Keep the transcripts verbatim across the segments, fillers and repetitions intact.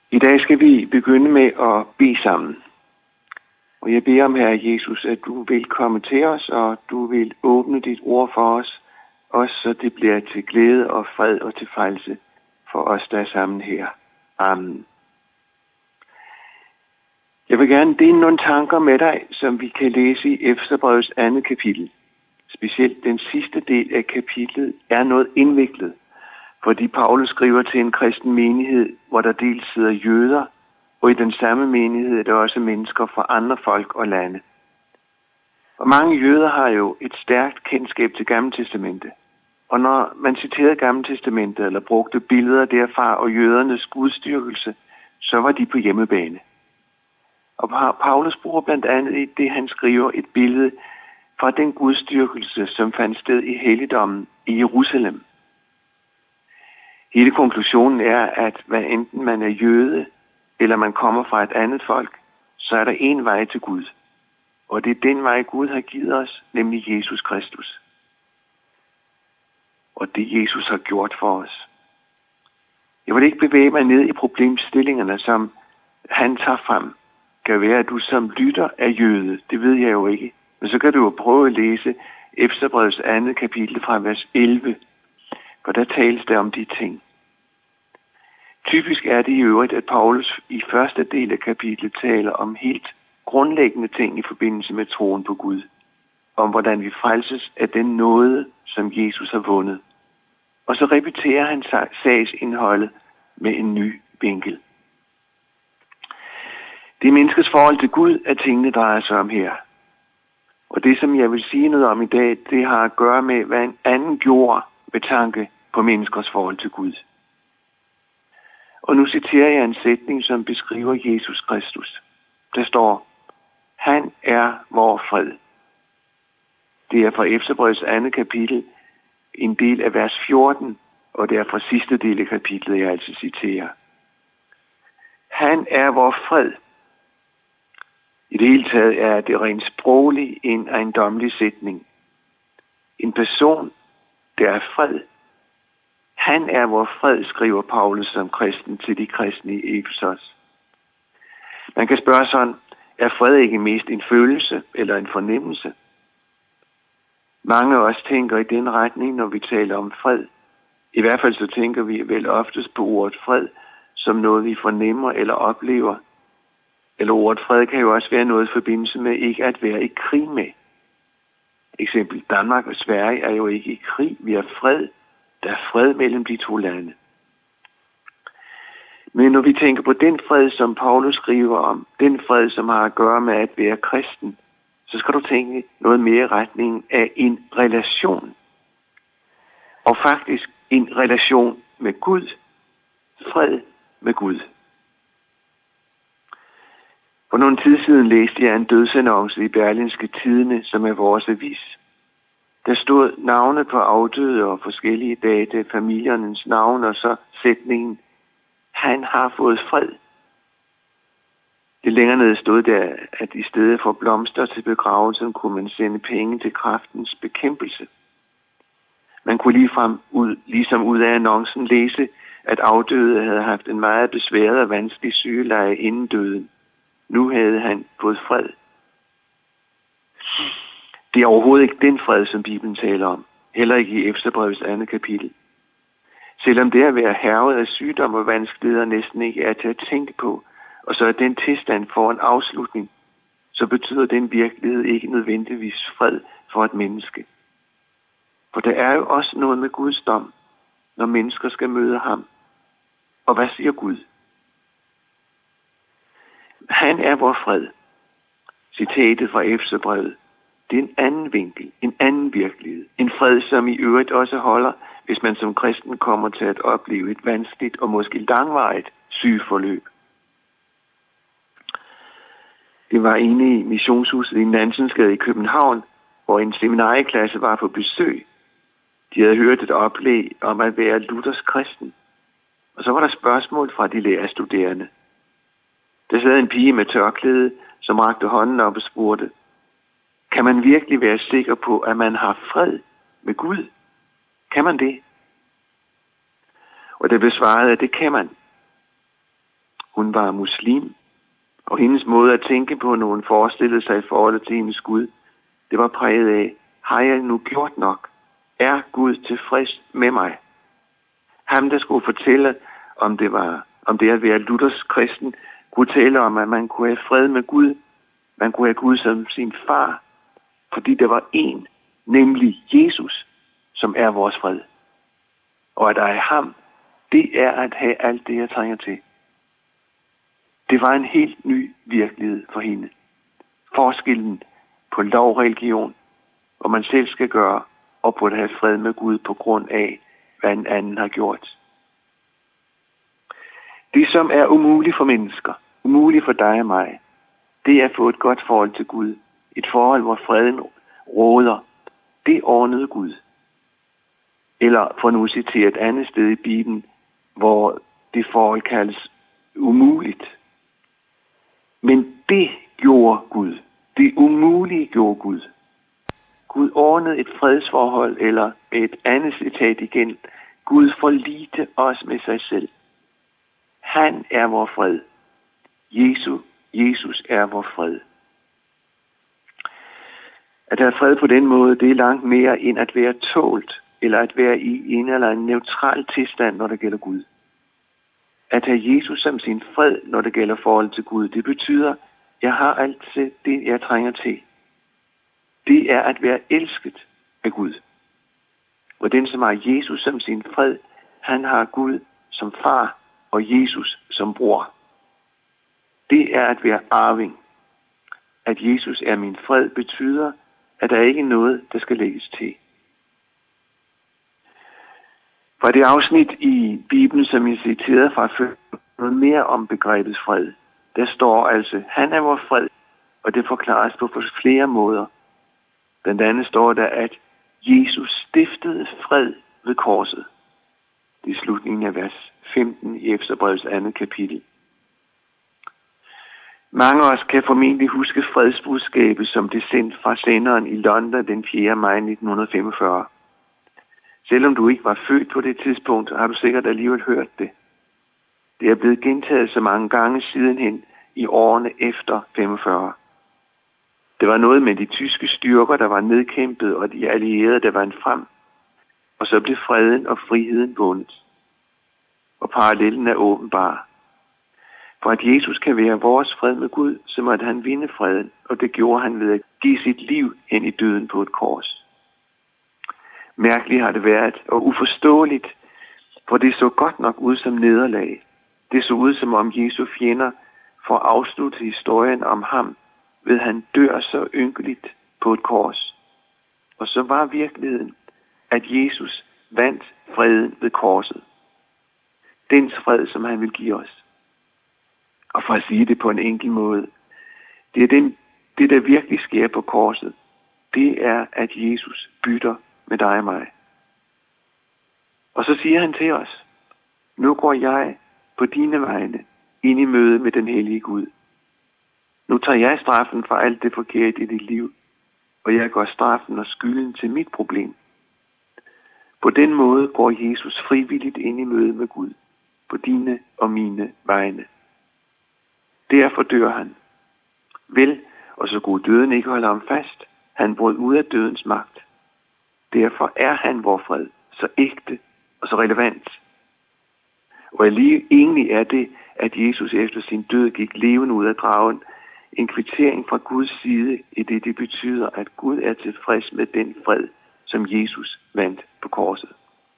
I dag skal vi begynde med at bede sammen. Og jeg beder om, Herre Jesus, at du vil komme til os, og du vil åbne dit ord for os, også så det bliver til glæde og fred og tilfrelse for os, der er sammen her. Amen. Jeg vil gerne dele nogle tanker med dig, som vi kan læse i Efeserbrevets andet kapitel. Specielt den sidste del af kapitlet er noget indviklet, fordi Paulus skriver til en kristen menighed, hvor der dels sidder jøder, og i den samme menighed er der også mennesker fra andre folk og lande. Og mange jøder har jo et stærkt kendskab til Gamle Testamente. Og når man citerede Gamle Testamentet eller brugte billeder derfra og jødernes gudstyrkelse, så var de på hjemmebane. Og Paulus bruger blandt andet i det, han skriver, et billede fra den gudstyrkelse, som fandt sted i helligdommen i Jerusalem. Hele konklusionen er, at hvad enten man er jøde, eller man kommer fra et andet folk, så er der en vej til Gud. Og det er den vej, Gud har givet os, nemlig Jesus Kristus. Og det Jesus har gjort for os. Jeg vil ikke bevæge mig ned i problemstillingerne, som han tager frem. Det kan være, at du som lytter er jøde, det ved jeg jo ikke. Men så kan du jo prøve at læse Efeserbrevets andet kapitel fra vers elleve, for der tales der om de ting. Typisk er det i øvrigt, at Paulus i første del af kapitlet taler om helt grundlæggende ting i forbindelse med troen på Gud. Om hvordan vi frelses af den nåde, som Jesus har vundet. Og så repeterer han sagsindholdet med en ny vinkel. Det er menneskets forhold til Gud, at tingene drejer sig om her. Og det, som jeg vil sige noget om i dag, det har at gøre med, hvad en anden gjorde med tanke på menneskers forhold til Gud. Og nu citerer jeg en sætning, som beskriver Jesus Kristus. Der står, han er vor fred. Det er fra Efeserbrevets andet kapitel, en del af vers fjorten, og det er fra sidste del af kapitlet, jeg altså citerer. Han er vor fred. I det hele taget er det rent sprogligt en ejendommelig sætning. En person, der er fred. Han er vor fred, skriver Paulus som kristen til de kristne i Efesos. Man kan spørge sådan, er fred ikke mest en følelse eller en fornemmelse? Mange af os tænker i den retning, når vi taler om fred. I hvert fald så tænker vi vel oftest på ordet fred, som noget vi fornemmer eller oplever. Eller ordet fred kan jo også være noget i forbindelse med ikke at være i krig med. Eksempel Danmark og Sverige er jo ikke i krig, vi er fred. Der er fred mellem de to lande. Men når vi tænker på den fred, som Paulus skriver om, den fred, som har at gøre med at være kristen, så skal du tænke noget mere i retning af en relation. Og faktisk en relation med Gud. Fred med Gud. For nogle tid siden læste jeg en dødsannonce i Berlingske Tidende, som er vores avis. Der stod navne på afdøde og forskellige data, familiernes navn og så sætningen, han har fået fred. Det længere nede stod der, at i stedet for blomster til begravelsen, kunne man sende penge til kræftens bekæmpelse. Man kunne ligefrem ud, ligesom ud af annoncen læse, at afdøde havde haft en meget besværet og vanskelig sygeleje inden døden. Nu havde han fået fred. Det er overhovedet ikke den fred, som Bibelen taler om. Heller ikke i Efeserbrevets andet kapitel. Selvom det at være hærget af sygdom og vanskeligheder næsten ikke er til at tænke på, og så er den tilstand for en afslutning, så betyder den virkelighed ikke nødvendigvis fred for et menneske. For der er jo også noget med Guds dom, når mennesker skal møde ham. Og hvad siger Gud? Han er vor fred. Citatet fra Efeserbrevet. Det er en anden vinkel, en anden virkelighed. En fred, som i øvrigt også holder, hvis man som kristen kommer til at opleve et vanskeligt og måske langvarigt sygeforløb. Det var inde i missionshuset i Nansensgade i København, hvor en seminarieklasse var på besøg. De havde hørt et oplæg om at være Luthers kristen. Og så var der spørgsmål fra de lærerstuderende. Der sad en pige med tørklæde, som rakte hånden op og spurgte, kan man virkelig være sikker på, at man har fred med Gud? Kan man det? Og det blev svaret, at det kan man. Hun var muslim, og hendes måde at tænke på, når hun forestillede sig i forhold til hendes Gud, det var præget af, har jeg nu gjort nok? Er Gud tilfreds med mig? Ham, der skulle fortælle, om det var, om det at være Luthers kristen, kunne tale om, at man kunne have fred med Gud. Man kunne have Gud som sin far, fordi der var én, nemlig Jesus, som er vores fred. Og at der er ham, det er at have alt det, jeg trænger til. Det var en helt ny virkelighed for hende. Forskellen på lovreligion, hvor man selv skal gøre, og på at have fred med Gud på grund af, hvad en anden har gjort. Det, som er umuligt for mennesker, umuligt for dig og mig, det er at få et godt forhold til Gud. Et forhold, hvor freden råder. Det ordnede Gud. Eller for nu at citere et andet sted i Bibelen, hvor det forhold kaldes umuligt. Men det gjorde Gud. Det umulige gjorde Gud. Gud ordnede et fredsforhold, eller et andet citat igen. Gud forliste os med sig selv. Han er vor fred. Jesus, Jesus er vor fred. At have fred på den måde, det er langt mere end at være tålt, eller at være i en eller anden neutral tilstand, når det gælder Gud. At have Jesus som sin fred, når det gælder forhold til Gud, det betyder, at jeg har alt det, jeg trænger til. Det er at være elsket af Gud. Og den, som har Jesus som sin fred, han har Gud som far og Jesus som bror. Det er at være arving. At Jesus er min fred betyder, at der ikke er noget, der skal lægges til. Fra det afsnit i Bibelen, som jeg citerede fra før, noget mere om begrebet fred. Der står altså, han er vor fred, og det forklares på flere måder. Blandt andet står der, at Jesus stiftede fred ved korset. Det er slutningen af vers femten i Efeserbrevets andet kapitel. Mange af os kan formentlig huske fredsbudskabet, som det sendt fra senderen i London den fjerde maj nitten femogfyrre. Selvom du ikke var født på det tidspunkt, har du sikkert alligevel hørt det. Det er blevet gentaget så mange gange sidenhen i årene efter femogfyrre. Det var noget med de tyske styrker, der var nedkæmpet, og de allierede, der vandt frem. Og så blev freden og friheden vundet. Og parallellen er åbenbar. For at Jesus kan være vores fred med Gud, så måtte han vinde freden, og det gjorde han ved at give sit liv hen i døden på et kors. Mærkeligt har det været, og uforståeligt, for det så godt nok ud som nederlag. Det så ud som om Jesu fjender får afsluttet historien om ham, ved han dør så ynkeligt på et kors. Og så var virkeligheden, at Jesus vandt freden ved korset. Dens fred, som han vil give os. Og for at sige det på en enkel måde, det er den, det, der virkelig sker på korset, det er, at Jesus bytter med dig og mig. Og så siger han til os, nu går jeg på dine vegne ind i møde med den hellige Gud. Nu tager jeg straffen for alt det forkerte i dit liv, og jeg går straffen og skylden til mit problem. På den måde går Jesus frivilligt ind i møde med Gud, på dine og mine vegne. Derfor dør han. Vel, og så god døden ikke holder ham fast, han brød ud af dødens magt. Derfor er han vor fred, så ægte og så relevant. Og egentlig er det, at Jesus efter sin død gik levende ud af graven, en kvittering fra Guds side, i det det betyder, at Gud er tilfreds med den fred, som Jesus vandt på korset.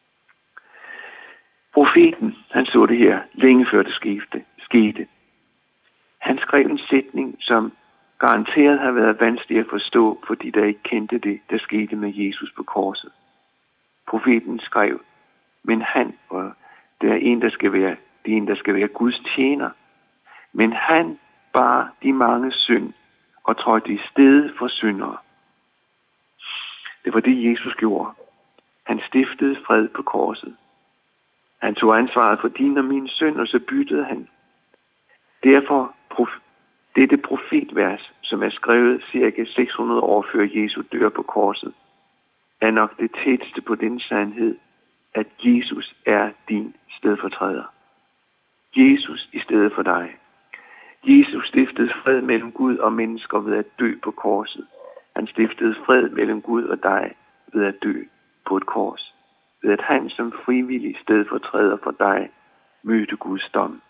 Profeten, han så det her længe før det skete. Han skrev en sætning, som garanteret har været vanskelig at forstå, fordi der ikke kendte det, der skete med Jesus på korset. Profeten skrev, men han, og det er en, der skal være, det er en, der skal være Guds tjener, men han bar de mange synd og trådte i stedet for syndere. Det var det, Jesus gjorde. Han stiftede fred på korset. Han tog ansvaret for din og min synd, og så byttede han. Derfor, dette profetvers, som er skrevet cirka seks hundrede år før Jesus dør på korset, er nok det tætteste på den sandhed, at Jesus er din stedfortræder. Jesus i stedet for dig. Jesus stiftede fred mellem Gud og mennesker ved at dø på korset. Han stiftede fred mellem Gud og dig ved at dø på et kors. Ved at han som frivillig stedfortræder for dig mødte Guds dom.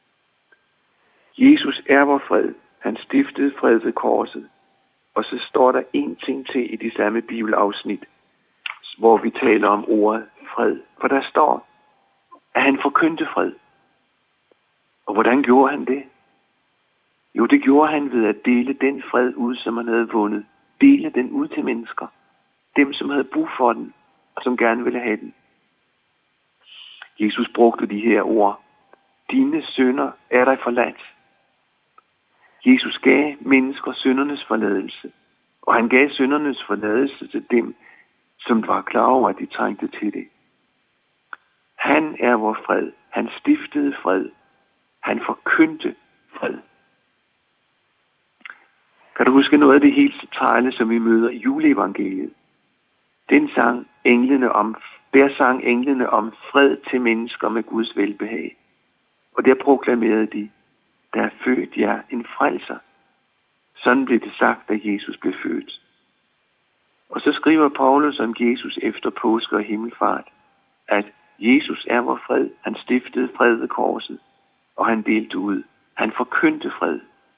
Jesus er vor fred. Han stiftede fred ved korset. Og så står der en ting til i de samme bibelafsnit, hvor vi taler om ordet fred. For der står, at han forkyndte fred. Og hvordan gjorde han det? Jo, det gjorde han ved at dele den fred ud, som han havde vundet. Dele den ud til mennesker. Dem, som havde brug for den, og som gerne ville have den. Jesus brugte de her ord. Dine synder er dig forladt. Jesus gav mennesker syndernes forladelse. Og han gav syndernes forladelse til dem, som var klar over, at de trængte til det. Han er vor fred. Han stiftede fred. Han forkyndte fred. Kan du huske noget af det helt centrale, som vi møder i juleevangeliet? Den sang englene om, der sang englene om fred til mennesker med Guds velbehag. Og der proklamerede de, der er født jer en frelser. Sådan blev det sagt, da Jesus blev født. Og så skriver Paulus om Jesus efter påske og himmelfart, at Jesus er vor fred. Han stiftede fred ved korset, og han delte ud. Han forkyndte fred.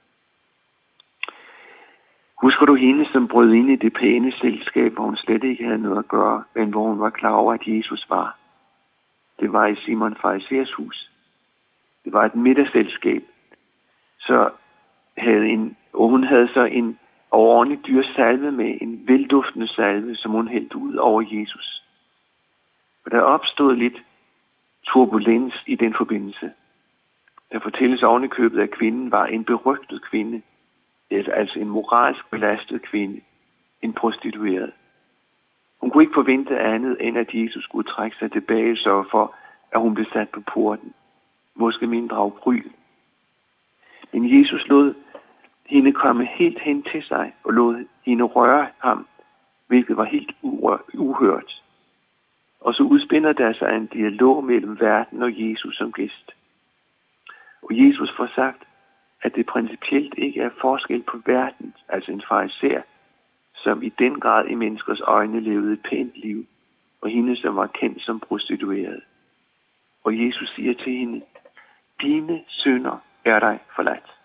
Husker du hende, som brød ind i det pæne selskab, hvor hun slet ikke havde noget at gøre, men hvor hun var klar over, at Jesus var? Det var i Simon Farisæers hus. Det var et middagsselskab. Så havde en, og hun havde så en overordentlig dyr salve med, en velduftende salve, som hun hældte ud over Jesus. Og der opstod lidt turbulens i den forbindelse. Der fortælles oven i købet, at kvinden var en berygtet kvinde, altså en moralsk belastet kvinde, en prostitueret. Hun kunne ikke forvente andet, end at Jesus skulle trække sig tilbage, så for, at hun blev sat på porten. Måske mindre af bryl. Men Jesus lod hende komme helt hen til sig, og lod hende røre ham, hvilket var helt uhørt. Og så udspinder der sig en dialog mellem verden og Jesus som gæst. Og Jesus får sagt, at det principielt ikke er forskel på verden, altså en farisæer, som i den grad i menneskers øjne levede et pænt liv, og hende, som var kendt som prostitueret. Og Jesus siger til hende, dine synder er dig forladt.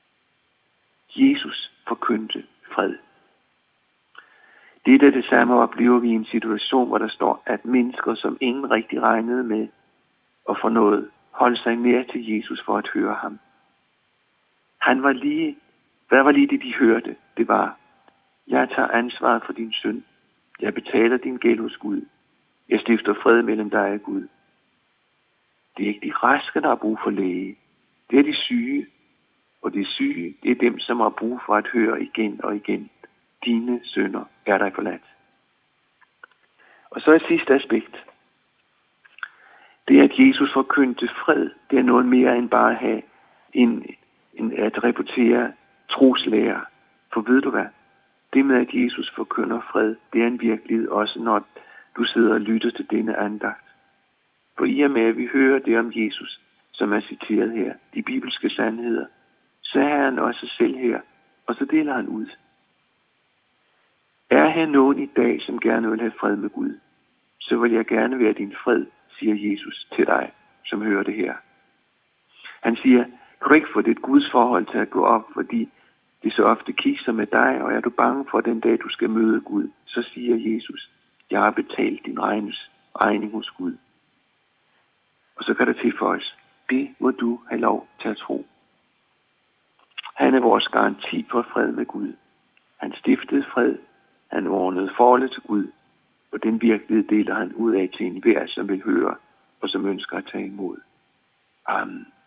Jesus forkyndte fred. Det er det samme oplever vi i en situation, hvor der står, at mennesker, som ingen rigtig regnede med og for noget, holdt sig nær til Jesus for at høre ham. Han var lige, hvad var lige det, de hørte? Det var, jeg tager ansvaret for din synd. Jeg betaler din gæld hos Gud. Jeg stifter fred mellem dig og Gud. Det er ikke de raske, der har brug for læge. Det er de syge. Og de syge, det er dem, som har brug for at høre igen og igen. Dine synder er dig forladt. Og så et sidste aspekt. Det at Jesus forkyndte fred, det er noget mere end bare at have en, en at reputere troslærer. For ved du hvad? Det med at Jesus forkynder fred, det er en virkelighed også, når du sidder og lytter til denne andagt. For i og med, at vi hører det om Jesus, som er citeret her, de bibelske sandheder, så er han også selv her, og så deler han ud. Er her nogen i dag, som gerne vil have fred med Gud, så vil jeg gerne være din fred, siger Jesus til dig, som hører det her. Han siger, kan du ikke få dit Guds forhold til at gå op, fordi det så ofte kigger med dig, og er du bange for den dag, du skal møde Gud, så siger Jesus, jeg har betalt din regnes, regning hos Gud. Og så kan der tilføjes, det må du have lov til at tro. Han er vores garanti for fred med Gud. Han stiftede fred, han ordnede forholdet til Gud, og den virkelighed deler han ud af til enhver, som vil høre, og som ønsker at tage imod. Amen.